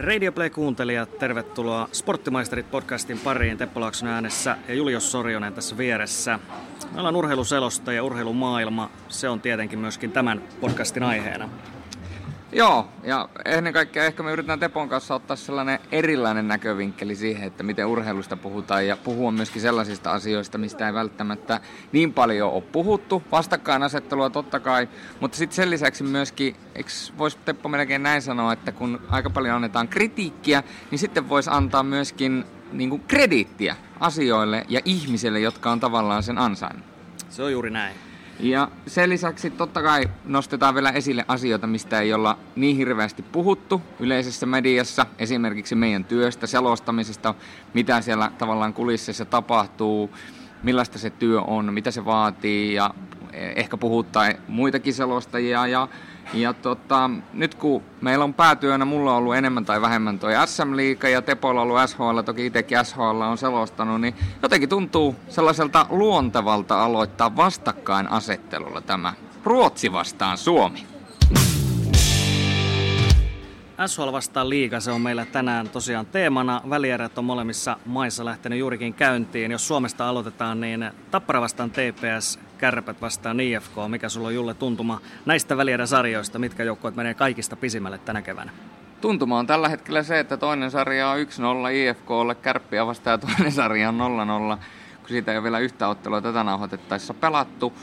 Radio Play-kuuntelijat, tervetuloa Sporttimaisterit-podcastin pariin. Teppo Laaksonen äänessä ja Julius Sorjonen tässä vieressä. Me ollaan urheiluselosta ja urheilumaailma. Se on tietenkin myöskin tämän podcastin aiheena. Joo, ja ennen kaikkea ehkä me yritetään Tepon kanssa ottaa sellainen erilainen näkövinkkeli siihen, että miten urheilusta puhutaan ja puhua myöskin sellaisista asioista, mistä ei välttämättä niin paljon ole puhuttu. Vastakkainasettelua totta kai, mutta sitten sen lisäksi myöskin, voisi Teppo melkein näin sanoa, että kun aika paljon annetaan kritiikkiä, niin sitten voisi antaa myöskin niin kuin krediittiä asioille ja ihmisille, jotka on tavallaan sen ansainnut. Se on juuri näin. Ja sen lisäksi totta kai nostetaan vielä esille asioita, mistä ei olla niin hirveästi puhuttu yleisessä mediassa, esimerkiksi meidän työstä, selostamisesta, mitä siellä tavallaan kulisseissa tapahtuu, millaista se työ on, mitä se vaatii ja ehkä puhuttaa muitakin selostajia. Ja nyt kun meillä on päätyönä, mulla on ollut enemmän tai vähemmän toi SM-liiga ja Tepolla on ollut SHL, toki itsekin SHL on selostanut, niin jotenkin tuntuu sellaiselta luontevalta aloittaa vastakkainasettelulla tämä Ruotsi vastaan Suomi. SHL vastaan liiga, se on meillä tänään tosiaan teemana. Välierät on molemmissa maissa lähtenyt juurikin käyntiin. Jos Suomesta aloitetaan, niin Tappara vastaan TPS, Kärpät vastaan IFK. Mikä sulla on, Julle, tuntuma näistä välieräsarjoista? Mitkä joukkueet menee kaikista pisimmälle tänä keväänä? Tuntuma on tällä hetkellä se, että toinen sarja on 1-0 IFK:lle Kärppiä vastaan ja toinen sarja on 0-0, kun siitä ei ole vielä yhtä ottelua tätä nauhoitettaessa pelattu.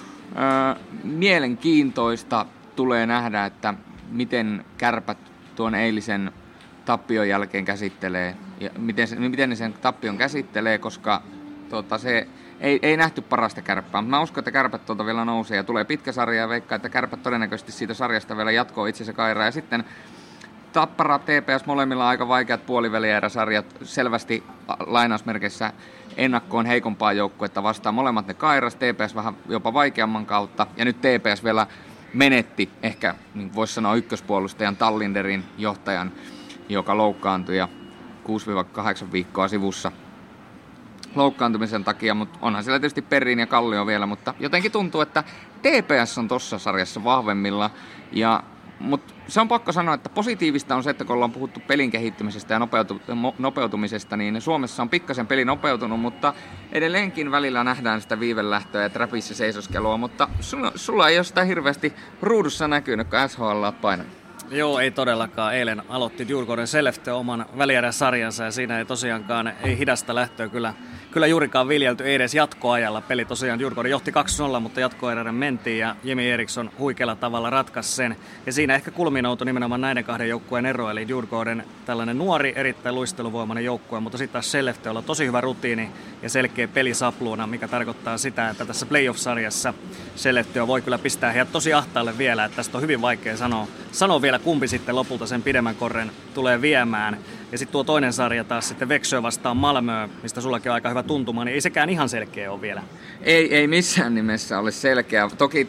Mielenkiintoista tulee nähdä, että miten Kärpät tuon eilisen tappion jälkeen käsittelee ja miten ne sen tappion käsittelee, koska se ei nähty parasta Kärppää. Mä uskon, että Kärpät vielä nousee ja tulee pitkä sarja ja veikkaa, että Kärpät todennäköisesti siitä sarjasta vielä jatkoo itsensä kairaa. Ja sitten Tappara, TPS, molemmilla aika vaikeat puolivälierä-sarjat, selvästi lainausmerkeissä ennakkoon heikompaa joukkuetta vastaan. Molemmat ne kairas, TPS vähän jopa vaikeamman kautta ja nyt TPS vielä menetti ehkä, niin voisi sanoa, ykköspuolustajan Tallinderin johtajan, joka loukkaantui ja 6-8 viikkoa sivussa loukkaantumisen takia, mutta onhan siellä tietysti Perin ja Kallio vielä, mutta jotenkin tuntuu, että TPS on tuossa sarjassa vahvemmilla, mutta se on pakko sanoa, että positiivista on se, että kun ollaan puhuttu pelin kehittymisestä ja nopeutumisesta, niin Suomessa on pikkasen peli nopeutunut, mutta edelleenkin välillä nähdään sitä viivelähtöä ja trapissa seisoskelua, mutta sulla ei ole sitä hirveästi ruudussa näkynyt, kun SHL on painanut. Joo, ei todellakaan. Eilen aloitti Djurgården Skellefteå oman välieräsarjansa ja siinä ei tosiaankaan hidasta lähtöä kyllä juurikaan viljelty, ei edes jatkoajalla. Peli tosiaan Djurgården johti 2-0, mutta jatkoeräinen mentiin ja Jimi Eriksson huikealla tavalla ratkaisi sen. Ja siinä ehkä kulminoutui nimenomaan näiden kahden joukkueen ero, eli Djurgården tällainen nuori, erittäin luisteluvoimainen joukkue, mutta sitten taas Skellefteålla on tosi hyvä rutiini ja selkeä pelisapluuna, mikä tarkoittaa sitä, että tässä playoff-sarjassa Skellefteå voi kyllä pistää heidät tosi ahtaalle vielä, että tästä on hyvin vaikea sanoa vielä kumpi sitten lopulta sen pidemmän korren tulee viemään. Ja sitten tuo toinen sarja taas sitten Växjö vastaan Malmö, mistä sullakin on aika hyvä tuntuma, niin ei sekään ihan selkeä ole vielä. Ei missään nimessä ole selkeä. Toki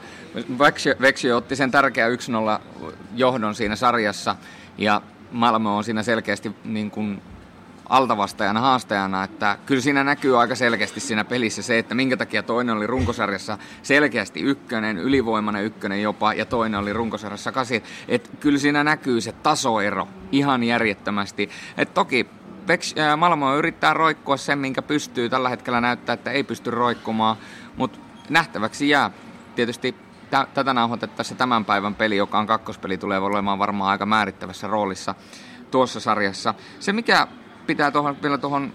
Växjö otti sen tärkeä 1-0 johdon siinä sarjassa ja Malmö on siinä selkeästi niin kuin altavastajana, haastajana, että kyllä siinä näkyy aika selkeästi siinä pelissä se, että minkä takia toinen oli runkosarjassa selkeästi ykkönen, ylivoimainen ykkönen jopa, ja toinen oli runkosarjassa 8. Että kyllä siinä näkyy se tasoero ihan järjettömästi. Että toki Malmö yrittää roikkua sen, minkä pystyy. Tällä hetkellä näyttää, että ei pysty roikkumaan, mutta nähtäväksi jää. Tietysti tätä nauhoitettaessa tämän päivän peli, joka on kakkospeli, tulee olemaan varmaan aika määrittävässä roolissa tuossa sarjassa. Se, mikä pitää vielä tuohon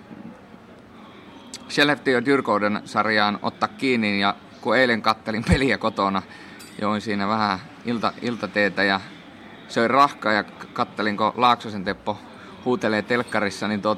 Skellefteå Djurgården sarjaan ottaa kiinni, ja kun eilen kattelin peliä kotona, join siinä vähän iltateetä ja söin rahkaa ja kattelin, kun Laaksosen Teppo huutelee telkkarissa, niin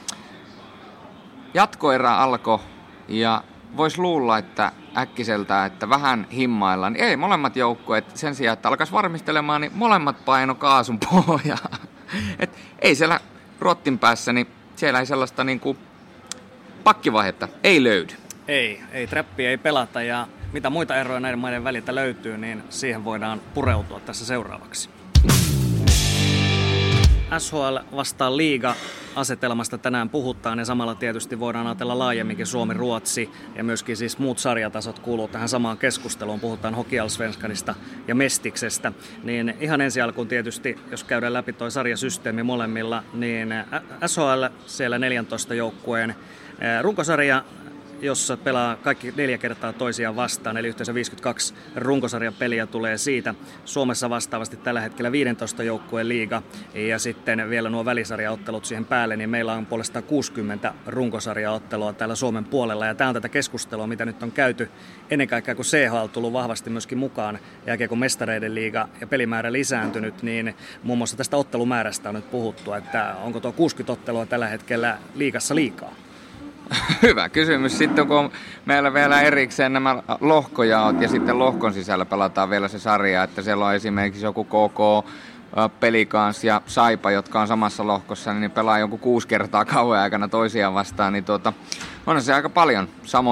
jatkoerä alkoi ja vois luulla, että äkkiseltä, että vähän himmaillaan. Ei, molemmat joukkueet sen sijaan, että alkaisi varmistelemaan, niin molemmat paino kaasun pohjaa. Et ei siellä Ruotsin päässä, niin siellä ei sellaista niinku pakkivaihetta ei löydy. Ei trappia ei pelata ja mitä muita eroja näiden maiden väliltä löytyy, niin siihen voidaan pureutua tässä seuraavaksi. SHL vastaan liiga asetelmasta tänään puhutaan ja samalla tietysti voidaan ajatella laajemminkin Suomi, Ruotsi ja myöskin siis muut sarjatasot kuuluu tähän samaan keskusteluun. Puhutaan Hockeyallsvenskanista ja Mestiksestä. Niin ihan ensi alkuun tietysti, jos käydään läpi toi sarjasysteemi molemmilla, niin SHL siellä 14 joukkueen runkosarja, jossa pelaa kaikki 4 kertaa toisiaan vastaan, eli yhteensä 52 runkosarjan peliä tulee siitä. Suomessa vastaavasti tällä hetkellä 15 joukkueen liiga ja sitten vielä nuo välisarjaottelut siihen päälle, niin meillä on puolestaan 60 runkosarjaottelua täällä Suomen puolella. Ja tämä on tätä keskustelua, mitä nyt on käyty ennen kaikkea, kun CHL on tullut vahvasti myöskin mukaan, jälkeen kun mestareiden liiga ja pelimäärä lisääntynyt, niin muun muassa tästä ottelumäärästä on nyt puhuttu, että onko tuo 60 ottelua tällä hetkellä liigassa liikaa? Hyvä kysymys. Sitten kun meillä vielä erikseen nämä lohkojaot ja sitten lohkon sisällä pelataan vielä se sarja, että siellä on esimerkiksi joku KK, Pelikans ja Saipa, jotka on samassa lohkossa, niin ne pelaa joku 6 kertaa kauan aikana toisiaan vastaan, niin on se aika paljon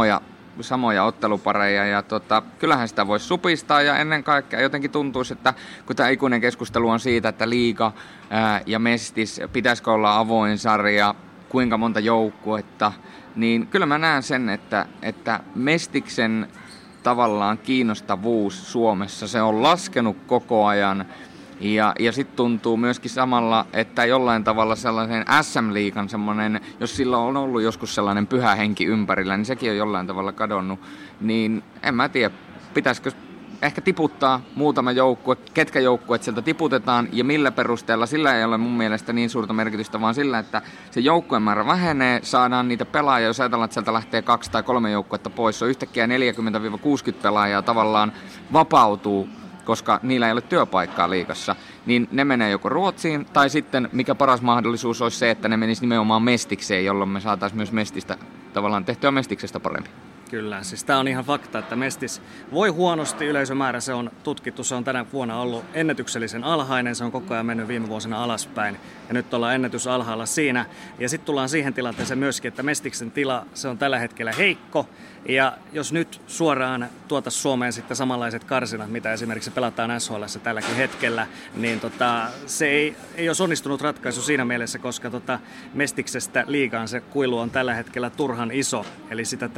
samoja ottelupareja ja kyllähän sitä voisi supistaa ja ennen kaikkea jotenkin tuntuisi, että kun tämä ikuinen keskustelu on siitä, että liiga ja mestis, pitäisikö olla avoin sarja, kuinka monta joukkuetta, niin kyllä mä näen sen, että mestiksen tavallaan kiinnostavuus Suomessa, se on laskenut koko ajan ja sitten tuntuu myöskin samalla, että jollain tavalla sellaisen SM-liigan semmoinen, jos sillä on ollut joskus sellainen pyhä henki ympärillä, niin sekin on jollain tavalla kadonnut, niin en mä tiedä, pitäisikö ehkä tiputtaa muutama joukkue, ketkä joukkueet sieltä tiputetaan ja millä perusteella. Sillä ei ole mun mielestä niin suurta merkitystä, vaan sillä, että se joukkueen määrä vähenee, saadaan niitä pelaajia, jos ajatellaan, että sieltä lähtee 2 tai 3 joukkuetta pois, se on yhtäkkiä 40-60 pelaajaa tavallaan vapautuu, koska niillä ei ole työpaikkaa liigassa, niin ne menee joko Ruotsiin, tai sitten mikä paras mahdollisuus olisi se, että ne menisi nimenomaan Mestikseen, jolloin me saataisiin myös Mestistä tavallaan tehtyä Mestiksestä paremmin. Kyllä, siis tämä on ihan fakta, että Mestis voi huonosti, yleisömäärä se on tutkittu, se on tänä vuonna ollut ennätyksellisen alhainen, se on koko ajan mennyt viime vuosina alaspäin ja nyt ollaan ennätys alhaalla siinä. Ja sitten tullaan siihen tilanteeseen myöskin, että Mestiksen tila, se on tällä hetkellä heikko ja jos nyt suoraan tuotaisiin Suomeen sitten samanlaiset karsinat, mitä esimerkiksi pelataan SHL:ssä tälläkin hetkellä, niin se ei ole onnistunut ratkaisu siinä mielessä, koska Mestiksestä liigaan se kuilu on tällä hetkellä turhan iso, eli sitä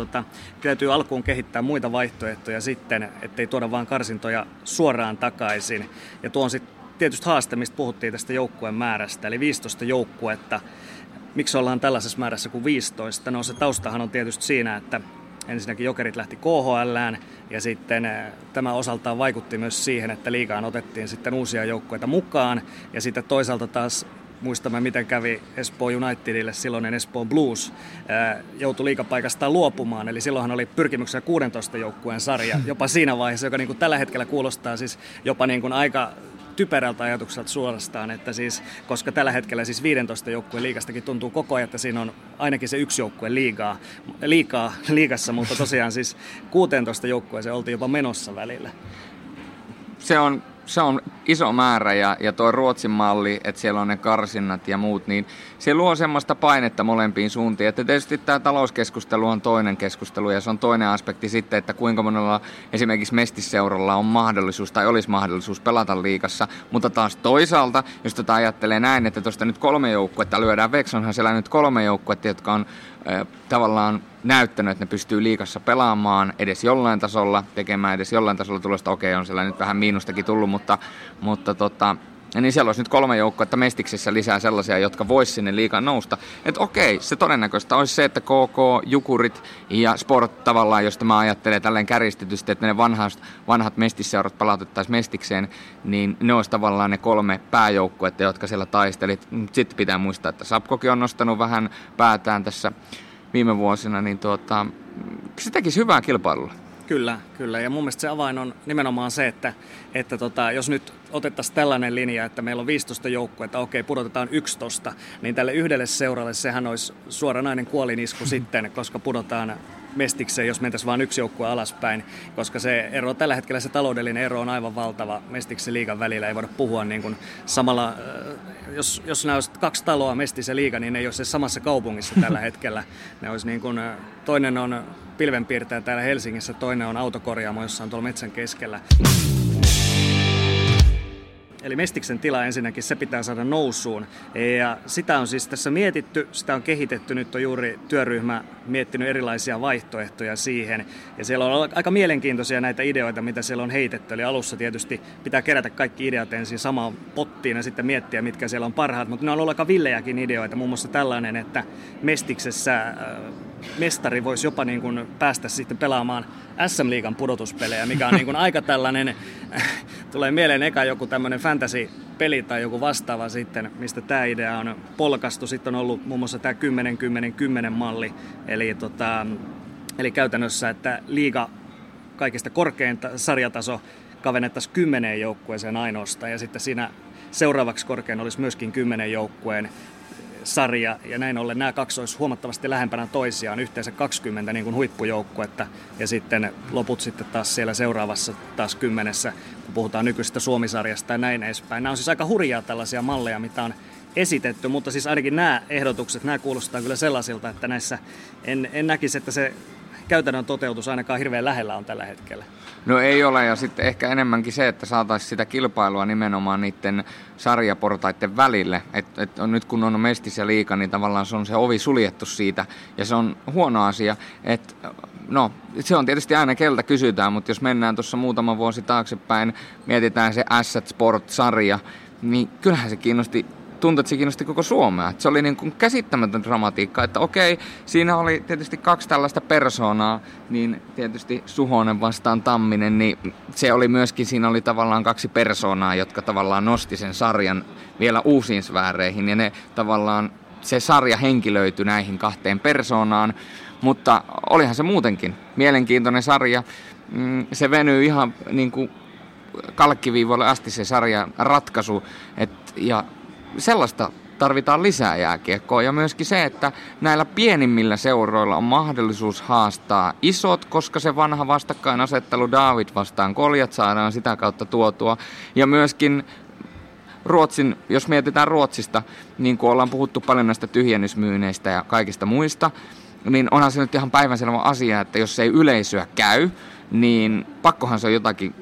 täytyy alkuun kehittää muita vaihtoehtoja sitten, ettei tuoda vaan karsintoja suoraan takaisin. Ja tuo on sitten tietysti haaste, mistä puhuttiin tästä joukkueen määrästä, eli 15 joukkuetta. Miksi ollaan tällaisessa määrässä kuin 15? No se taustahan on tietysti siinä, että ensinnäkin Jokerit lähti KHL:ään ja sitten tämä osaltaan vaikutti myös siihen, että liigaan otettiin sitten uusia joukkueita mukaan ja sitten toisaalta taas muistamme, miten kävi Espoo Unitedille, silloinen Espoon Blues joutui liigapaikastaan luopumaan, eli silloinhan oli pyrkimyksiä 16 joukkueen sarja, jopa siinä vaiheessa, joka niin kuin tällä hetkellä kuulostaa siis jopa niin kuin aika typerältä ajatukselta suorastaan, että siis, koska tällä hetkellä siis 15 joukkueen liigastakin tuntuu koko ajan, että siinä on ainakin se yksi joukkue liigassa, mutta tosiaan siis 16 joukkueeseen oltiin jopa menossa välillä. Se on iso määrä ja tuo Ruotsin malli, että siellä on ne karsinnat ja muut, niin se luo semmoista painetta molempiin suuntiin. Että tietysti tämä talouskeskustelu on toinen keskustelu ja se on toinen aspekti sitten, että kuinka monella esimerkiksi mestisseuralla on mahdollisuus tai olisi mahdollisuus pelata liigassa. Mutta taas toisaalta, jos tätä ajattelee näin, että tuosta nyt 3 joukkuetta lyödään veksi, onhan siellä nyt 3 joukkuetta, jotka on tavallaan näyttänyt, että ne pystyy liigassa pelaamaan edes jollain tasolla, tekemään edes jollain tasolla tulosta. Okei, on siellä nyt vähän miinustakin tullut, mutta niin siellä olisi nyt 3 joukkuetta Mestiksessä lisää sellaisia, jotka vois sinne liigaan nousta. Että okei, se todennäköistä olisi se, että KK, Jukurit ja Sport tavallaan, jos mä ajattelen tälleen kärjistetysti, että ne vanhat mestisseurat palautettaisiin Mestikseen, niin ne olisi tavallaan ne 3 pääjoukkuetta, jotka siellä taistelit. Sitten pitää muistaa, että Sapkokin on nostanut vähän päätään tässä viime vuosina, niin se tekisi hyvää kilpailulla. Kyllä. Ja mun mielestä se avain on nimenomaan se, että jos nyt otettaisiin tällainen linja, että meillä on 15 joukkuetta, okei, pudotetaan 11, niin tälle yhdelle seuralle sehän olisi suoranainen kuolinisku sitten, koska pudotaan Mestikseen, jos mentäisiin vain yksi joukkue alaspäin, koska se ero, tällä hetkellä se taloudellinen ero on aivan valtava Mestiksen liigan välillä, ei voida puhua niin kuin samalla, jos nämä olisi 2 taloa Mestis ja liiga, niin ne ei ole se samassa kaupungissa tällä hetkellä, ne olisi niin kuin, toinen on pilvenpiirtäjä täällä Helsingissä, toinen on autokorjaamo, jossa on tuolla metsän keskellä. Eli Mestiksen tila ensinnäkin, se pitää saada nousuun. Ja sitä on siis tässä mietitty, sitä on kehitetty, nyt on juuri työryhmä miettinyt erilaisia vaihtoehtoja siihen. Ja siellä on aika mielenkiintoisia näitä ideoita, mitä siellä on heitetty. Eli alussa tietysti pitää kerätä kaikki ideat ensin samaan pottiin ja sitten miettiä, mitkä siellä on parhaat. Mutta ne on ollut aika villejäkin ideoita, muun muassa tällainen, että Mestiksessä mestari voisi jopa niin kuin päästä sitten pelaamaan SM-liigan pudotuspelejä, mikä on niin kuin aika tällainen, tulee mieleen eka joku tämmöinen fantasy-peli tai joku vastaava sitten, mistä tämä idea on polkastu. Sitten on ollut muun muassa tämä 10-10-10 malli, eli käytännössä, että liiga kaikista korkein sarjataso kavennettaisiin 10 joukkueeseen ainoastaan, ja sitten siinä seuraavaksi korkein olisi myöskin 10 joukkueen sarja, ja näin ollen nämä kaksi olisi huomattavasti lähempänä toisiaan, yhteensä 20 niin kuin huippujoukkuetta, ja sitten loput sitten taas siellä seuraavassa taas 10, kun puhutaan nykyisestä Suomi-sarjasta ja näin edespäin. Nämä on siis aika hurjaa tällaisia malleja, mitä on esitetty, mutta siis ainakin nämä ehdotukset, nämä kuulostaa kyllä sellaisilta, että näissä en näkisi, että se käytännön toteutus ainakaan hirveän lähellä on tällä hetkellä. No ei ole, ja sitten ehkä enemmänkin se, että saataisiin sitä kilpailua nimenomaan niiden sarjaportaiden välille. Et nyt kun on Mestis ja Liiga, niin tavallaan se on se ovi suljettu siitä, ja se on huono asia. No, se on tietysti aina keltä kysytään, mutta jos mennään tuossa muutama vuosi taaksepäin, mietitään se Asset Sport-sarja, niin kyllähän se tuntui, että se kiinnosti koko Suomea. Että se oli niin kuin käsittämätön dramatiikka, että okei, siinä oli tietysti 2 tällaista persoonaa, niin tietysti Suhonen vastaan Tamminen, niin se oli myöskin, siinä oli tavallaan 2 persoonaa, jotka tavallaan nosti sen sarjan vielä uusiin sfääreihin, ja ne tavallaan, se sarja henkilöityi näihin 2 persoonaan, mutta olihan se muutenkin mielenkiintoinen sarja. Se venyy ihan niin kuin kalkkiviivoille asti se sarjan ratkaisu, ja sellaista tarvitaan lisää jääkiekkoa, ja myöskin se, että näillä pienimmillä seuroilla on mahdollisuus haastaa isot, koska se vanha vastakkainasettelu David vastaan Goljat saadaan sitä kautta tuotua, ja myöskin Ruotsin, jos mietitään Ruotsista, niin kuin ollaan puhuttu paljon näistä tyhjennysmyyneistä ja kaikista muista, niin onhan se nyt ihan päivänselvä asia, että jos ei yleisöä käy, niin pakkohan se on jotakin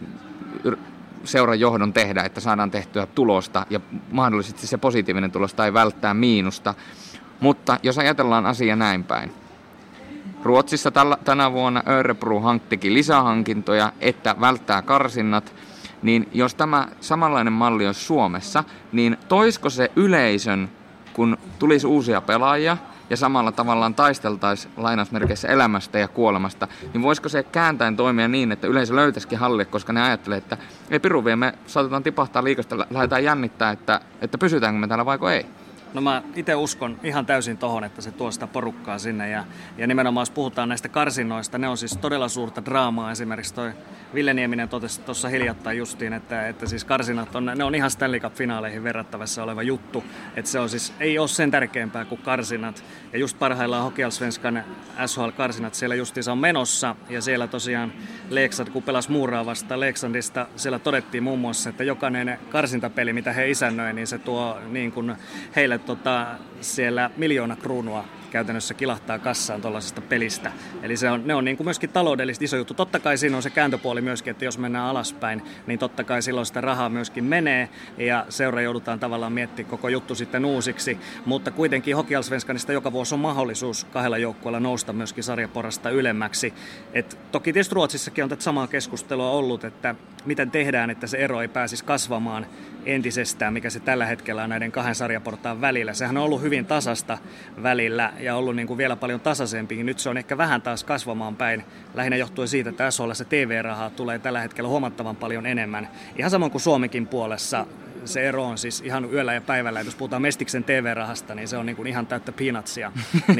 seuran johdon tehdä, että saadaan tehtyä tulosta, ja mahdollisesti se positiivinen tulos tai välttää miinusta. Mutta jos ajatellaan asia näin päin. Ruotsissa tänä vuonna Örebro hankkikin lisähankintoja, että välttää karsinnat, niin jos tämä samanlainen malli olisi Suomessa, niin toisko se yleisön, kun tulisi uusia pelaajia, ja samalla tavallaan taisteltaisiin lainausmerkeissä elämästä ja kuolemasta, niin voisiko se kääntäen toimia niin, että yleisö löytäisikin hallille, koska ne ajattelee, että ei piru vie, me saatetaan tipahtaa liikasta, lähdetään jännittää, että pysytäänkö me täällä vaiko ei. No mä itse uskon ihan täysin tohon, että se tuo sitä porukkaa sinne, ja nimenomaan jos puhutaan näistä karsinnoista, ne on siis todella suurta draamaa. Esimerkiksi toi Ville Nieminen totesi tuossa hiljattain justiin, että siis karsinat ne on ihan Stanley Cup-finaaleihin verrattavassa oleva juttu, että se on siis, ei ole sen tärkeämpää kuin karsinat, ja just parhaillaan Hockeyallsvenskan SHL-karsinat siellä justiinsa on menossa, ja siellä tosiaan Leksand, kun pelasi Muuraa vastaan Leksandista, siellä todettiin muun muassa, että jokainen karsintapeli, mitä he isännöi, niin se tuo niin kuin heille siellä 1 miljoona kruunua käytännössä kilahtaa kassaan tuollaisesta pelistä. Eli ne on niin kuin myöskin taloudellisesti iso juttu. Totta kai siinä on se kääntöpuoli myöskin, että jos mennään alaspäin, niin totta kai silloin sitä rahaa myöskin menee, ja seura joudutaan tavallaan miettimään koko juttu sitten uusiksi. Mutta kuitenkin Hockeyallsvenskanista joka vuosi on mahdollisuus 2 joukkueella nousta myöskin sarjaporrasta ylemmäksi. Toki tietysti Ruotsissakin on tätä samaa keskustelua ollut, että miten tehdään, että se ero ei pääsisi kasvamaan entisestään, mikä se tällä hetkellä on näiden 2 sarjaportaan välillä. Sehän on ollut hyvin tasasta välillä ja ollut niin kuin vielä paljon tasaisempi. Nyt se on ehkä vähän taas kasvamaan päin, lähinnä johtuen siitä, että SHL se TV-rahaa tulee tällä hetkellä huomattavan paljon enemmän. Ihan samoin kuin Suomikin puolessa se ero on siis ihan yöllä ja päivällä. Jos puhutaan Mestiksen TV-rahasta, niin se on niin kuin ihan täyttä peanutsia.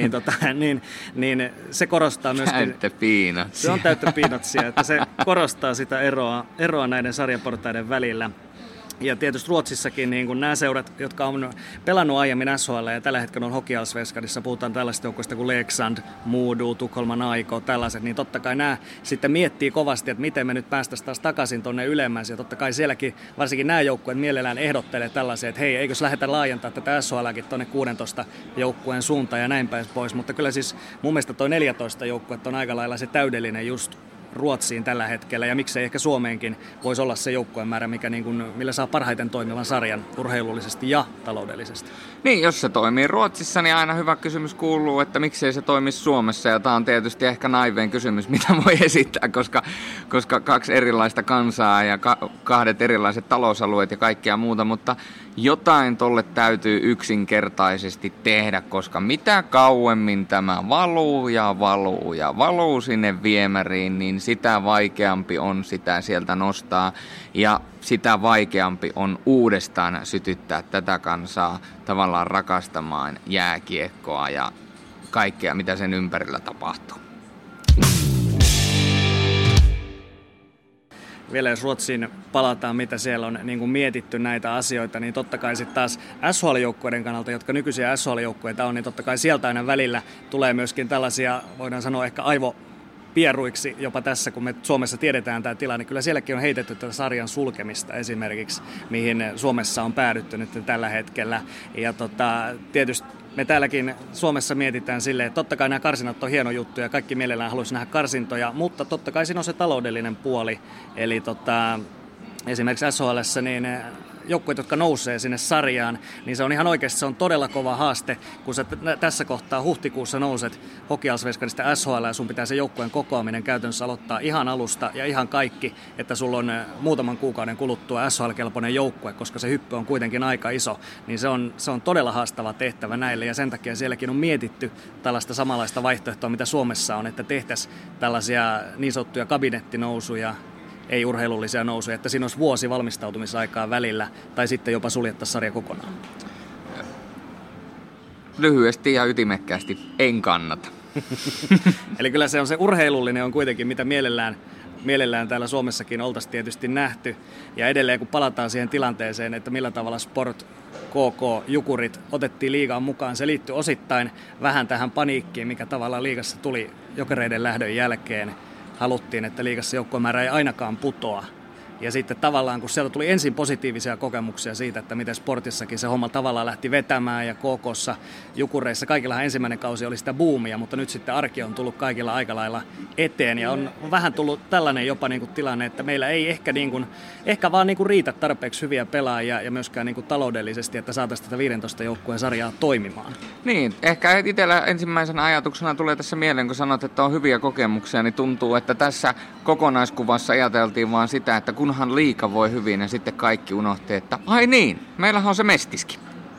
niin se korostaa myöskin... Täyttä peanutsia. Se on täyttä peanutsia, että se korostaa sitä eroa näiden sarjaportaiden välillä. Ja tietysti Ruotsissakin niin kun nämä seurat, jotka on pelannut aiemmin SHL ja tällä hetkellä on Hockeyallsvenskanissa, puhutaan tällaisista joukkoista kuin Leksand, Modo, Tukholman Aiko, tällaiset, niin totta kai nämä sitten miettii kovasti, että miten me nyt päästäisiin taas takaisin tuonne ylemmäs. Ja totta kai sielläkin varsinkin nämä joukkueet mielellään ehdottelee tällaisia, että hei, eikös lähdetä laajentaa tätä SHL:kin tuonne 16 joukkueen suuntaan ja näin päin pois. Mutta kyllä siis mun mielestä toi 14 joukkuetta on aika lailla se täydellinen just Ruotsiin tällä hetkellä, ja miksei ehkä Suomeenkin voisi olla se joukkueen määrä, mikä niin kuin, millä saa parhaiten toimivan sarjan urheilullisesti ja taloudellisesti. Niin, jos se toimii Ruotsissa, niin aina hyvä kysymys kuuluu, että miksei se toimisi Suomessa, ja tämä on tietysti ehkä naivein kysymys, mitä voi esittää, koska kaksi erilaista kansaa ja kahdet erilaiset talousalueet ja kaikkea muuta, mutta jotain tolle täytyy yksinkertaisesti tehdä, koska mitä kauemmin tämä valuu ja valuu ja valuu sinne viemäriin, niin sitä vaikeampi on sitä sieltä nostaa ja sitä vaikeampi on uudestaan sytyttää tätä kansaa tavallaan rakastamaan jääkiekkoa ja kaikkea, mitä sen ympärillä tapahtuu. Vielä jos Ruotsiin palataan, mitä siellä on niin kuin mietitty näitä asioita, niin totta kai sitten taas SHL-joukkueiden kannalta, jotka nykyisiä SHL-joukkueita on, niin totta kai sieltä aina välillä tulee myöskin tällaisia, voidaan sanoa ehkä aivopieruiksi jopa tässä, kun me Suomessa tiedetään tämä tilanne. Kyllä sielläkin on heitetty tätä sarjan sulkemista esimerkiksi, mihin Suomessa on päädytty nyt tällä hetkellä. Ja tietysti me täälläkin Suomessa mietitään silleen, että totta kai nämä karsinnat on hieno juttu ja kaikki mielellään haluaisi nähdä karsintoja, mutta totta kai siinä on se taloudellinen puoli. Eli esimerkiksi SHL:ssä niin joukkueet, jotka nousee sinne sarjaan, niin se on ihan oikeasti se on todella kova haaste, kun sä tässä kohtaa huhtikuussa nouset Hockeyallsvenskanista SHL ja sun pitää se joukkueen kokoaminen käytännössä aloittaa ihan alusta ja ihan kaikki, että sulla on muutaman kuukauden kuluttua SHL-kelpoinen joukkue, koska se hyppy on kuitenkin aika iso, niin se on todella haastava tehtävä näille ja sen takia sielläkin on mietitty tällaista samanlaista vaihtoehtoa, mitä Suomessa on, että tehtäisiin tällaisia niin sanottuja kabinettinousuja, ei urheilullisia nousuja, että siinä olisi vuosi valmistautumisaikaa välillä, tai sitten jopa suljettaisiin sarja kokonaan. Lyhyesti ja ytimekkäästi, en kannata. Eli kyllä se urheilullinen on kuitenkin, mitä mielellään täällä Suomessakin oltaisiin tietysti nähty. Ja edelleen kun palataan siihen tilanteeseen, että millä tavalla Sport, KK, Jukurit otettiin liigaan mukaan, se liittyy osittain vähän tähän paniikkiin, mikä tavallaan liigassa tuli Jokereiden lähdön jälkeen. Haluttiin, että liigassa joukkuemäärä ei ainakaan putoa. Ja sitten tavallaan, kun sieltä tuli ensin positiivisia kokemuksia siitä, että miten Sportissakin se homma tavallaan lähti vetämään ja KK:ssa, Jukureissa, kaikillahan ensimmäinen kausi oli sitä boomia, mutta nyt sitten arki on tullut kaikilla aika lailla eteen ja on vähän tullut tällainen jopa niin kuin tilanne, että meillä ei ehkä vaan niin kuin riitä tarpeeksi hyviä pelaajia ja myöskään niin kuin taloudellisesti, että saataisiin tätä 15 joukkueen sarjaa toimimaan. Niin, ehkä itsellä ensimmäisenä ajatuksena tulee tässä mieleen, kun sanot, että on hyviä kokemuksia, niin tuntuu, että tässä kokonaiskuvassa ajateltiin vaan sitä, että kunhan liiga voi hyvin ja sitten kaikki unohti, että ai niin, meillähän on se Mestiski.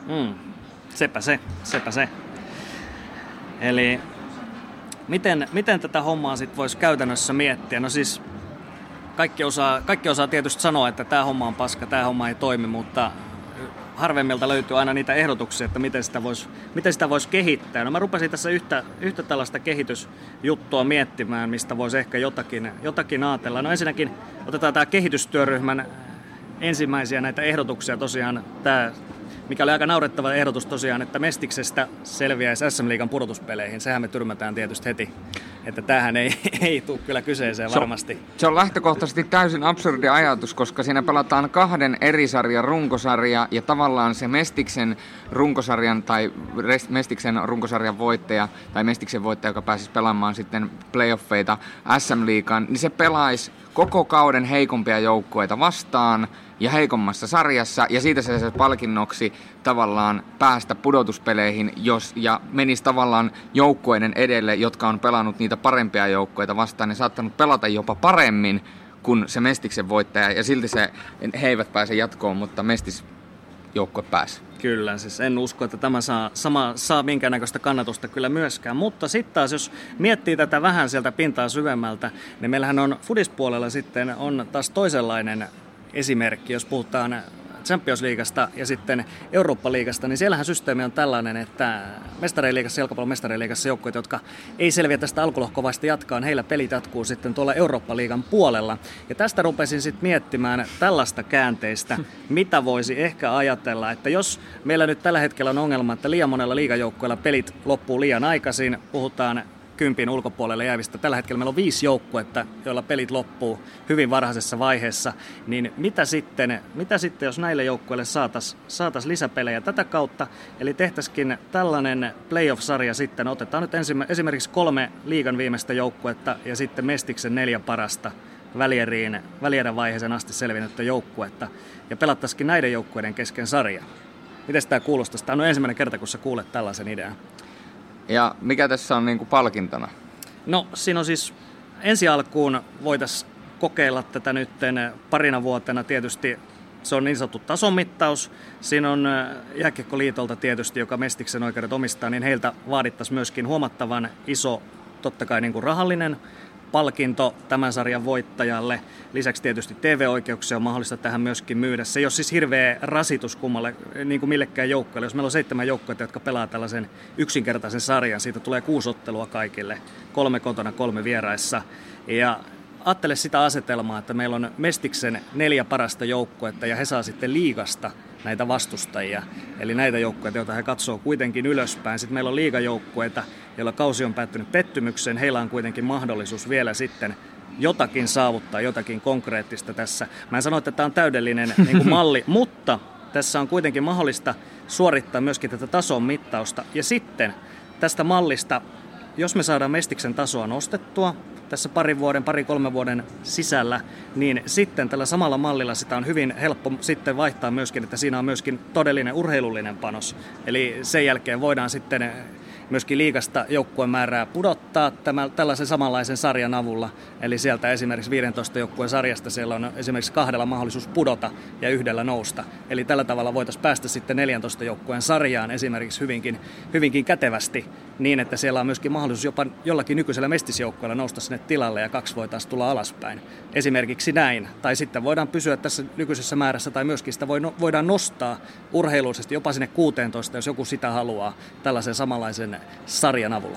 Sepä se. Eli miten tätä hommaa sitten voisi käytännössä miettiä? No siis kaikki osaa tietysti sanoa, että tämä homma on paska, tämä homma ei toimi, mutta harvemmilta löytyy aina niitä ehdotuksia, että miten sitä voisi kehittää. No mä rupesin tässä yhtä tällaista kehitysjuttua miettimään, mistä voisi ehkä jotakin ajatella. No ensinnäkin otetaan tämä kehitystyöryhmän ensimmäisiä näitä ehdotuksia tosiaan, tämä, mikä oli aika naurettava ehdotus tosiaan, että Mestiksestä selviäisi SM-liigan pudotuspeleihin. Sehän me tyrmätään tietysti heti, että tämähän ei tule kyllä kyseeseen varmasti. Se on lähtökohtaisesti täysin absurdi ajatus, koska siinä pelataan 2 eri sarjan runkosarja ja tavallaan se Mestiksen runkosarjan tai Mestiksen runkosarjan voittaja tai Mestiksen voittaja, joka pääsisi pelaamaan sitten playoffeita SM-liigaan, niin se pelaisi koko kauden heikompia joukkueita vastaan ja heikommassa sarjassa, ja siitä se palkinnoksi tavallaan päästä pudotuspeleihin, ja menisi tavallaan joukkueiden edelle, jotka on pelannut niitä parempia joukkueita vastaan, ja saattanut pelata jopa paremmin kuin se Mestiksen voittaja, ja silti he eivät pääse jatkoon, mutta Mestis joukkue pääsi. Kyllä, siis en usko, että tämä saa minkäännäköistä kannatusta kyllä myöskään, mutta sitten taas jos miettii tätä vähän sieltä pintaa syvemmältä, niin meillähän on fudispuolella sitten on taas toisenlainen esimerkki, jos puhutaan Champions-liigasta ja sitten Eurooppa-liigasta, niin siellähän systeemi on tällainen, että jalkapallon mestariliigassa joukkueet, jotka ei selviä tästä alkulohkovasta jatkaan, heillä pelit jatkuu sitten tuolla Eurooppa-liigan puolella. Ja tästä rupesin sitten miettimään tällaista käänteistä, mitä voisi ehkä ajatella, että jos meillä nyt tällä hetkellä on ongelma, että liian monella liigajoukkueella pelit loppuu liian aikaisin, puhutaan kympin ulkopuolelle jäävistä. Tällä hetkellä meillä on 5 joukkuetta, joilla pelit loppuu hyvin varhaisessa vaiheessa. Niin mitä sitten jos näille joukkueille saataisiin lisäpelejä tätä kautta? Eli tehtäisikin tällainen playoff-sarja sitten. Otetaan nyt esimerkiksi 3 liigan viimeistä joukkuetta ja sitten Mestiksen 4 parasta välierän vaiheeseen asti selvinnyttä joukkuetta. Ja pelattaisikin näiden joukkueiden kesken sarja. Miten tämä kuulostaisi? Tämä on ensimmäinen kerta, kun sä kuulet tällaisen idean. Ja mikä tässä on niinku palkintona? No siinä on siis ensi alkuun voitaisiin kokeilla tätä nyt parina vuotena. Tietysti se on niin sanottu tasonmittaus. Siinä on Jääkiekkoliitolta tietysti, joka Mestiksen oikeudet omistaa, niin heiltä vaadittaisiin myöskin huomattavan iso, totta kai niin kuin rahallinen palkinto tämän sarjan voittajalle. Lisäksi tietysti TV-oikeuksia on mahdollista tähän myöskin myydä. Se ei ole siis hirveä rasitus kummalle, niin kuin millekään joukkueelle. Jos meillä on 7 joukkuetta, jotka pelaa tällaisen yksinkertaisen sarjan, siitä tulee 6 ottelua kaikille. 3 kotona, 3 vieraissa. Ja ajattele sitä asetelmaa, että meillä on Mestiksen 4 parasta joukkuetta ja he saa sitten liigasta näitä vastustajia. Eli näitä joukkueita, joita he katsoo kuitenkin ylöspäin. Sitten meillä on liigajoukkueita, joilla kausi on päättynyt pettymykseen. Heillä on kuitenkin mahdollisuus vielä sitten jotakin saavuttaa, jotakin konkreettista tässä. Mä en sano, että tämä on täydellinen niin kuin malli, mutta tässä on kuitenkin mahdollista suorittaa myöskin tätä tason mittausta. Ja sitten tästä mallista, jos me saadaan Mestiksen tasoa nostettua tässä 2-3 vuoden sisällä, niin sitten tällä samalla mallilla sitä on hyvin helppo sitten vaihtaa myöskin, että siinä on myöskin todellinen urheilullinen panos. Eli sen jälkeen voidaan sitten myöskin liigasta joukkueen määrää pudottaa tällaisen samanlaisen sarjan avulla. Eli sieltä esimerkiksi 15 joukkueen sarjasta siellä on esimerkiksi 2 mahdollisuus pudota ja 1 nousta. Eli tällä tavalla voitaisiin päästä sitten 14 joukkueen sarjaan esimerkiksi hyvinkin kätevästi niin, että siellä on myöskin mahdollisuus jopa jollakin nykyisellä mestisjoukkueella nousta sinne tilalle ja 2 voitaisiin tulla alaspäin. Esimerkiksi näin. Tai sitten voidaan pysyä tässä nykyisessä määrässä tai myöskin sitä voidaan nostaa urheilullisesti jopa sinne 16, jos joku sitä haluaa tällaisen samanlaisen sarjan avulla.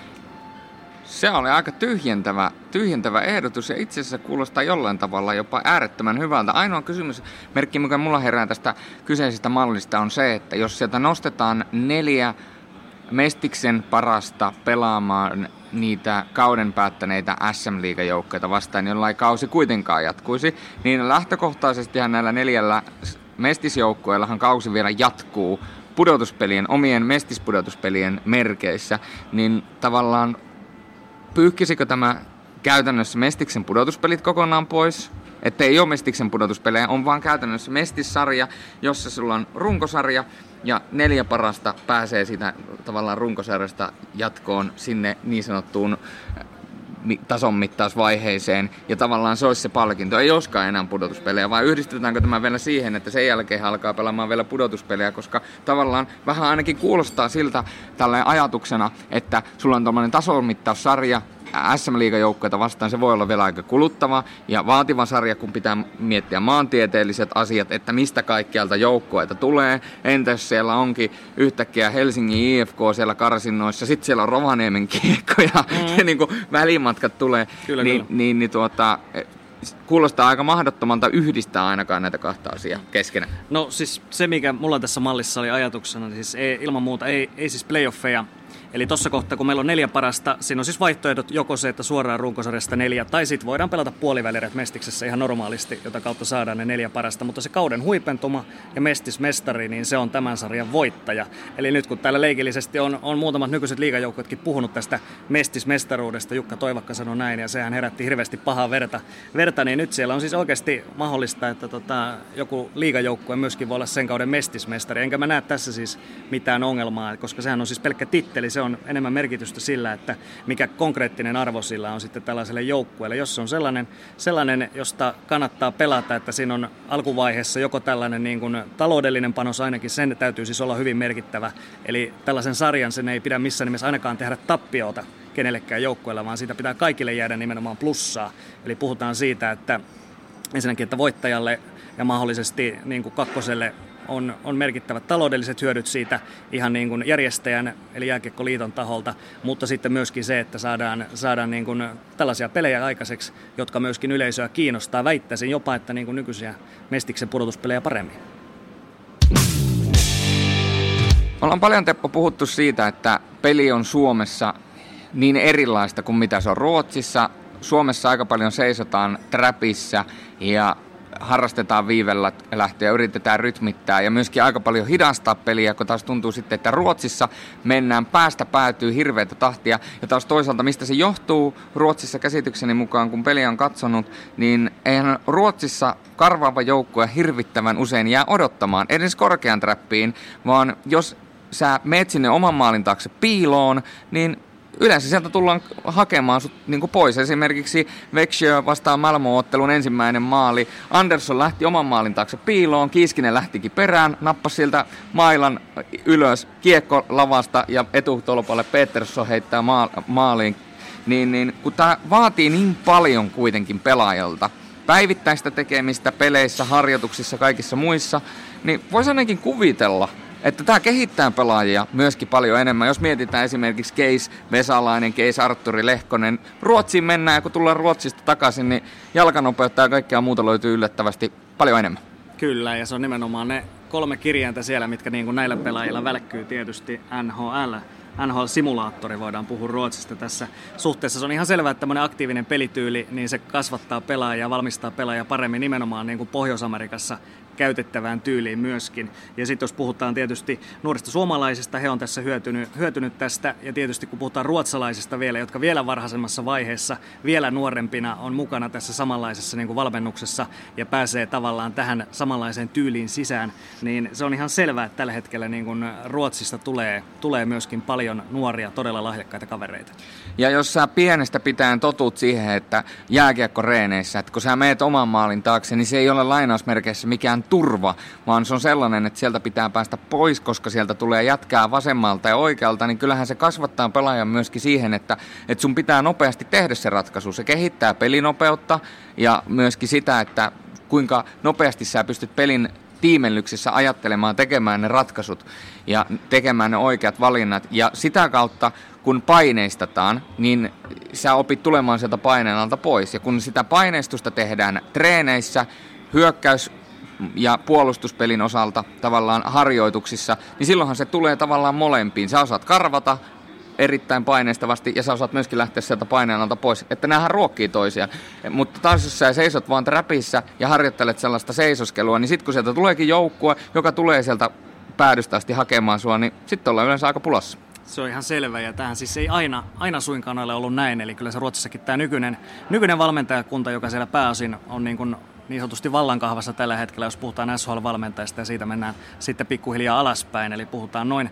Se oli aika tyhjentävä ehdotus ja itse asiassa kuulostaa jollain tavalla jopa äärettömän hyvältä. Ainoa kysymysmerkki, mikä mulla herää tästä kyseisestä mallista on se, että jos sieltä nostetaan 4 Mestiksen parasta pelaamaan niitä kauden päättäneitä SM-liigajoukkoita vastaan, jolla ei kausi kuitenkaan jatkuisi, niin lähtökohtaisestihan näillä 4 mestisjoukkueillahan kausi vielä jatkuu omien mestispudotuspelien merkeissä, niin tavallaan pyyhkisikö tämä käytännössä Mestiksen pudotuspelit kokonaan pois? Että ei ole Mestiksen pudotuspelejä, on vaan käytännössä Mestissarja, jossa sulla on runkosarja ja 4 parasta pääsee siitä tavallaan runkosarjasta jatkoon sinne niin sanottuun tasonmittausvaiheeseen ja tavallaan se olisi se palkinto. Ei olisikaan enää pudotuspelejä, vaan yhdistetäänkö tämä vielä siihen, että sen jälkeen alkaa pelaamaan vielä pudotuspelejä, koska tavallaan vähän ainakin kuulostaa siltä tälleen ajatuksena, että sulla on tämmöinen tasonmittaussarja SM-liigajoukkoita vastaan, se voi olla vielä aika kuluttava ja vaativa sarja, kun pitää miettiä maantieteelliset asiat, että mistä kaikkialta joukkoita tulee. Entä jos siellä onkin yhtäkkiä Helsingin IFK siellä karsinnoissa, sitten siellä on Rovaniemen Kiekko ja niin kuin välimatkat tulee, kyllä. Kuulostaa aika mahdottomalta yhdistää ainakaan näitä 2 asiaa keskenään. No siis se, mikä mulla tässä mallissa oli ajatuksena, niin siis ilman muuta ei siis playoffeja. Eli tuossa kohtaa, kun meillä on 4 parasta, siinä on siis vaihtoehdot joko se, että suoraan runkosarjasta 4, tai sitten voidaan pelata puolivälierät Mestiksessä ihan normaalisti, jota kautta saadaan ne 4 parasta. Mutta se kauden huipentuma ja Mestis-mestari, niin se on tämän sarjan voittaja. Eli nyt kun täällä leikillisesti on muutamat nykyiset liigajoukkuetkin puhunut tästä Mestis-mestaruudesta, Jukka Toivakka sanoi näin, ja sehän herätti hirveästi pahaa verta, niin nyt siellä on siis oikeasti mahdollista, että joku liigajoukkue myöskin voi olla sen kauden Mestis-mestari. Enkä mä näe tässä siis mitään ongelmaa, koska sehän on siis pelkkä titteli, se on enemmän merkitystä sillä, että mikä konkreettinen arvo sillä on sitten tällaiselle joukkueelle. Jos se on sellainen, josta kannattaa pelata, että siinä on alkuvaiheessa joko tällainen niin kuin taloudellinen panos ainakin, sen täytyy siis olla hyvin merkittävä. Eli tällaisen sarjan sen ei pidä missään nimessä ainakaan tehdä tappiota kenellekään joukkueella, vaan siitä pitää kaikille jäädä nimenomaan plussaa. Eli puhutaan siitä, että ensinnäkin, että voittajalle ja mahdollisesti niin kuin kakkoselle on merkittävät taloudelliset hyödyt siitä ihan niin kuin järjestäjän eli Jääkiekkoliiton taholta, mutta sitten myöskin se, että saadaan niin kuin tällaisia pelejä aikaiseksi, jotka myöskin yleisöä kiinnostaa. Väittäisin jopa, että niin kuin nykyisiä Mestiksen pudotuspelejä paremmin. Ollaan paljon, Teppo, puhuttu siitä, että peli on Suomessa niin erilaista kuin mitä se on Ruotsissa. Suomessa aika paljon seisotaan trapissa ja harrastetaan viivelähtöä ja yritetään rytmittää ja myöskin aika paljon hidastaa peliä, kun taas tuntuu sitten, että Ruotsissa mennään päästä päätyy hirveätä tahtia. Ja taas toisaalta, mistä se johtuu Ruotsissa käsitykseni mukaan, kun peliä on katsonut, niin eihän Ruotsissa karvaava joukkue hirvittävän usein jää odottamaan edes korkean trappiin, vaan jos sä meet sinne oman maalin taakse piiloon, niin yleensä sieltä tullaan hakemaan sut niin pois. Esimerkiksi Växjö vastaan Malmö-ottelun ensimmäinen maali. Andersson lähti oman maalin taakse piiloon, Kiiskinen lähtikin perään, nappasi siltä mailan ylös, kiekko lavasta ja etutolpalle Petersson heittää maaliin. Niin, kun tämä vaatii niin paljon kuitenkin pelaajalta, päivittäistä tekemistä peleissä, harjoituksissa, kaikissa muissa, niin voisi ainakin kuvitella, että tämä kehittää pelaajia myöskin paljon enemmän. Jos mietitään esimerkiksi Case Vesalainen, Case Artturi Lehkonen. Ruotsiin mennään ja kun tullaan Ruotsista takaisin, niin jalkanopeutta ja kaikkea muuta löytyy yllättävästi paljon enemmän. Kyllä, ja se on nimenomaan ne 3 kirjainta siellä, mitkä niin kuin näillä pelaajilla välkkyy tietysti NHL-simulaattori, voidaan puhua Ruotsista tässä suhteessa. Se on ihan selvää, että tämmöinen aktiivinen pelityyli, niin se kasvattaa pelaajia, valmistaa pelaajia paremmin nimenomaan niin kuin Pohjois-Amerikassa käytettävään tyyliin myöskin. Ja sitten jos puhutaan tietysti nuorista suomalaisista, he on tässä hyötynyt tästä. Ja tietysti kun puhutaan ruotsalaisista vielä, jotka vielä varhaisemmassa vaiheessa, vielä nuorempina on mukana tässä samanlaisessa niin kuin valmennuksessa ja pääsee tavallaan tähän samanlaiseen tyyliin sisään, niin se on ihan selvää, että tällä hetkellä niin kuin Ruotsista tulee myöskin paljon nuoria, todella lahjakkaita kavereita. Ja jos sä pienestä pitäen totut siihen, että jääkiekkoreeneissä, että kun sä meet oman maalin taakse, niin se ei ole lainausmerkeissä mikään turva, vaan se on sellainen, että sieltä pitää päästä pois, koska sieltä tulee jätkää vasemmalta ja oikealta, niin kyllähän se kasvattaa pelaajan myöskin siihen, että sun pitää nopeasti tehdä se ratkaisu. Se kehittää pelinopeutta ja myöskin sitä, että kuinka nopeasti sä pystyt pelin tiimellyksessä ajattelemaan, tekemään ne ratkaisut ja tekemään ne oikeat valinnat. Ja sitä kautta, kun paineistetaan, niin sä opit tulemaan sieltä paineen alta pois. Ja kun sitä paineistusta tehdään treeneissä, hyökkäys- ja puolustuspelin osalta tavallaan harjoituksissa, niin silloinhan se tulee tavallaan molempiin. Sä osaat karvata erittäin paineistavasti ja sä osaat myöskin lähteä sieltä paineen alta pois, että näähän ruokkii toisiaan. Mutta taas jos sä seisot vaan trapissa ja harjoittelet sellaista seisoskelua, niin sit kun sieltä tuleekin joukkue, joka tulee sieltä päädystä asti hakemaan sua, niin sitten ollaan yleensä aika pulassa. Se on ihan selvä, ja tähän siis ei aina suinkaan ole ollut näin, eli kyllä se Ruotsissakin tämä nykyinen valmentajakunta, joka siellä pääosin on niin sanotusti vallankahvassa tällä hetkellä, jos puhutaan SHL-valmentajista, ja siitä mennään sitten pikkuhiljaa alaspäin, eli puhutaan noin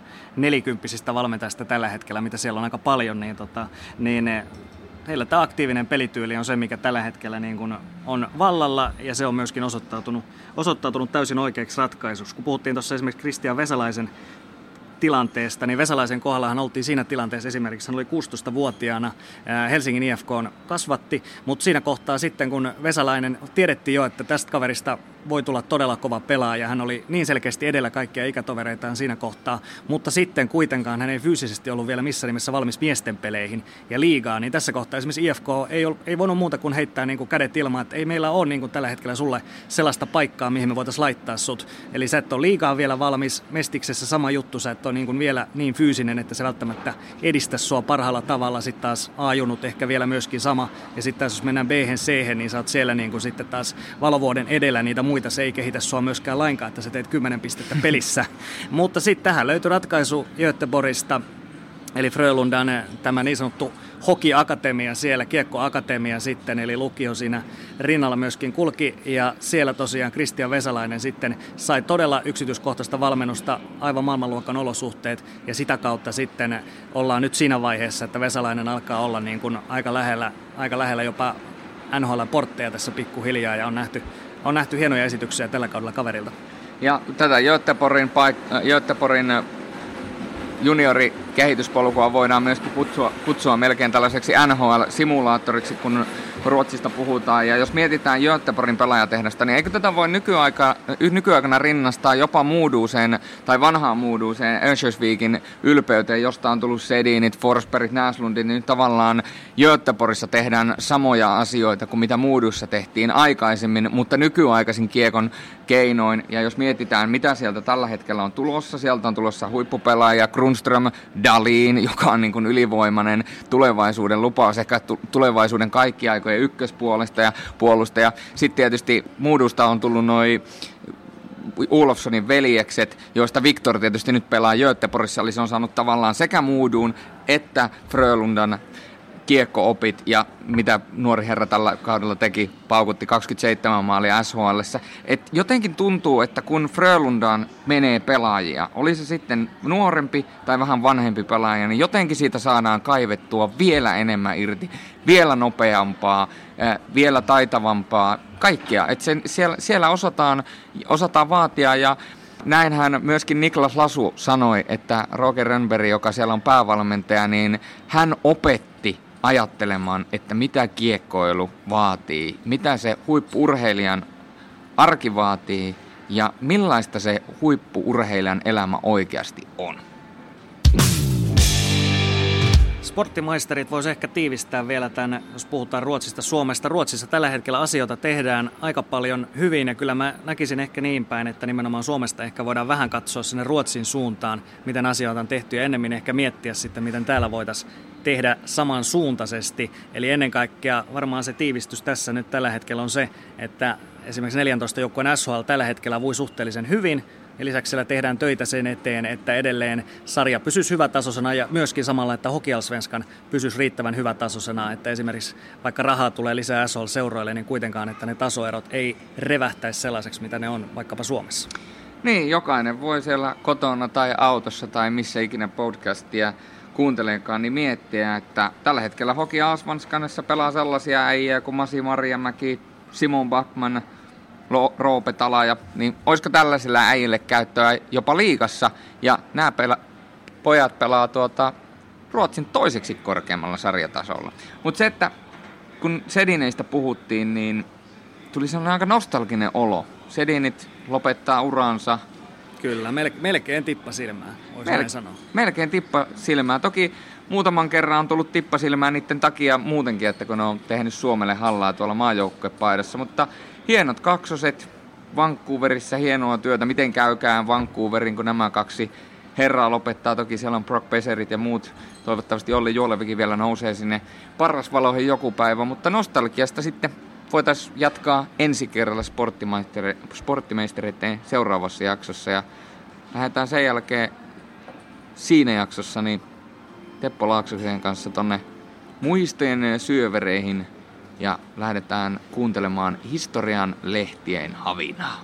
40 valmentajista tällä hetkellä, mitä siellä on aika paljon, niin heillä tämä aktiivinen pelityyli on se, mikä tällä hetkellä niin kuin on vallalla, ja se on myöskin osoittautunut täysin oikeaksi ratkaisuksi. Kun puhuttiin tuossa esimerkiksi Kristian Vesalaisen tilanteesta, niin Vesalaisen kohdallahan oltiin siinä tilanteessa esimerkiksi, hän oli 16-vuotiaana, Helsingin IFK kasvatti, mutta siinä kohtaa sitten, kun Vesalainen tiedettiin jo, että tästä kaverista voi tulla todella kova pelaaja, hän oli niin selkeästi edellä kaikkia ikätovereitaan siinä kohtaa, mutta sitten kuitenkaan hän ei fyysisesti ollut vielä missään nimessä valmis miesten peleihin ja liigaan, niin tässä kohtaa esimerkiksi IFK ei voinut muuta kuin heittää niin kuin kädet ilmaan, että ei meillä ole niin kuin tällä hetkellä sulle sellaista paikkaa, mihin me voitaisiin laittaa sut. Eli sä et ole liigaan vielä valmis, Mestiksessä sama juttu, sä et ole niin kuin vielä niin fyysinen, että se välttämättä edistä sua parhaalla tavalla, sitten taas A-junut ehkä vielä myöskin sama, ja sitten taas jos mennään B-hen, C-hen, niin sä oot siellä niin kuin sitten taas valovuoden edellä niitä muita, se ei kehitä sua myöskään lainkaan, että sä teet 10 pistettä pelissä. Mutta sitten tähän löytyi ratkaisu Göteborgista, eli Frölundan tämä niin sanottu hoki-akatemia siellä, kiekko-akatemia sitten, eli lukio siinä rinnalla myöskin kulki, ja siellä tosiaan Kristian Vesalainen sitten sai todella yksityiskohtaista valmennusta, aivan maailmanluokan olosuhteet, ja sitä kautta sitten ollaan nyt siinä vaiheessa, että Vesalainen alkaa olla niin kuin aika lähellä jopa NHL-portteja tässä pikkuhiljaa, ja on nähty hienoja esityksiä tällä kaudella kaverilta. Ja tätä Göteborgin juniorikehityspolkua voidaan myöskin kutsua melkein tällaiseksi NHL-simulaattoriksi, kun Ruotsista puhutaan. Ja jos mietitään Göteborgin pelaajatehdasta, niin eikö tätä voi nykyaikana rinnastaa jopa Mooduuseen tai vanhaan Mooduuseen, Örnsköldsvikin ylpeyteen, josta on tullut Sedinit, Forsbergit, Näslundit, niin nyt tavallaan Göteborgissa tehdään samoja asioita kuin mitä Moodussa tehtiin aikaisemmin, mutta nykyaikaisin kiekon keinoin. Ja jos mietitään, mitä sieltä tällä hetkellä on tulossa, sieltä on tulossa huippupelaaja Grundström, Dahlin, joka on niin kuin ylivoimainen tulevaisuuden lupaus, ehkä tulevaisuuden kaikki aikojen ykköspuolesta ja puolustaja. Sitten tietysti Moodusta on tullut noi Olofssonin veljekset, joista Viktor tietysti nyt pelaa Göteborgissa, eli se on saanut tavallaan sekä Moodun että Frölundan kiekko-opit, ja mitä nuori herra tällä kaudella teki, paukutti 27 maalia SHL:ssä. Et jotenkin tuntuu, että kun Frölundaan menee pelaajia, oli se sitten nuorempi tai vähän vanhempi pelaaja, niin jotenkin siitä saadaan kaivettua vielä enemmän irti, vielä nopeampaa, vielä taitavampaa, kaikkea. Et siellä osataan vaatia, ja näinhän myöskin Niklas Lasu sanoi, että Roger Rönnberg, joka siellä on päävalmentaja, niin hän opetti ajattelemaan, että mitä kiekkoilu vaatii, mitä se huippu-urheilijan arki vaatii ja millaista se huippu-urheilijan elämä oikeasti on. Sporttimaisterit voisi ehkä tiivistää vielä tämän, jos puhutaan Ruotsista, Suomesta. Ruotsissa tällä hetkellä asioita tehdään aika paljon hyvin, ja kyllä mä näkisin ehkä niin päin, että nimenomaan Suomesta ehkä voidaan vähän katsoa sinne Ruotsin suuntaan, miten asioita on tehty, ja ennemmin ehkä miettiä sitten, miten täällä voitaisiin tehdä samansuuntaisesti. Eli ennen kaikkea varmaan se tiivistys tässä nyt tällä hetkellä on se, että esimerkiksi 14 joukkueen SHL tällä hetkellä voi suhteellisen hyvin, ja lisäksi siellä tehdään töitä sen eteen, että edelleen sarja pysyisi hyvätasoisena ja myöskin samalla, että Hockeyallsvenskan pysyisi riittävän hyvätasoisena, että esimerkiksi vaikka rahaa tulee lisää SHL-seuroille, niin kuitenkaan, että ne tasoerot ei revähtäisi sellaiseksi, mitä ne on vaikkapa Suomessa. Niin, jokainen voi siellä kotona tai autossa tai missä ikinä podcastia kuunteleekaan, niin miettiä, että tällä hetkellä Hockeyallsvenskanissa pelaa sellaisia äijää kuin Masi Marjamäki, Simon Backman, Roope Talaja, niin olisiko tällaisilla äijille käyttöä jopa liigassa, ja nämä pojat pelaa Ruotsin toiseksi korkeammalla sarjatasolla. Mutta se, että kun Sedineistä puhuttiin, niin tuli sellainen aika nostalginen olo. Sedinit lopettaa uransa. Kyllä, melkein tippa silmään, voisi näin sanoa. Melkein tippa silmään. Toki muutaman kerran on tullut tippa silmään niiden takia muutenkin, että kun ne on tehnyt Suomelle hallaa tuolla maajoukkuepaidassa, mutta hienot kaksoset Vancouverissa, hienoa työtä. Miten käykään Vancouverin, kun nämä kaksi herraa lopettaa. Toki siellä on Brock Beserit ja muut. Toivottavasti Olli Juolevikin vielä nousee sinne parrasvaloihin joku päivä. Mutta nostalgiasta sitten voitaisiin jatkaa ensi kerralla sporttimeistereiden seuraavassa jaksossa. Ja lähdetään sen jälkeen siinä jaksossa niin Teppo Laaksosen kanssa tonne muistojen syövereihin. Ja lähdetään kuuntelemaan historian lehtien havinaa.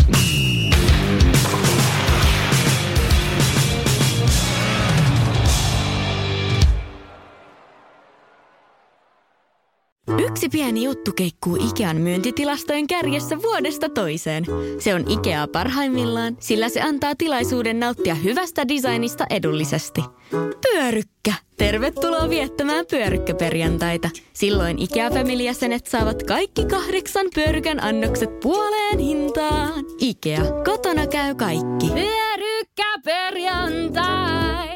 Yksi pieni juttu keikkuu Ikean myyntitilastojen kärjessä vuodesta toiseen. Se on Ikea parhaimmillaan, sillä se antaa tilaisuuden nauttia hyvästä designista edullisesti. Pyörykkä! Tervetuloa viettämään pyörykkäperjantaita. Silloin Ikea-familijäsenet saavat kaikki 8 pyörykän annokset puoleen hintaan. Ikea, kotona käy kaikki. Pyörykkäperjantai!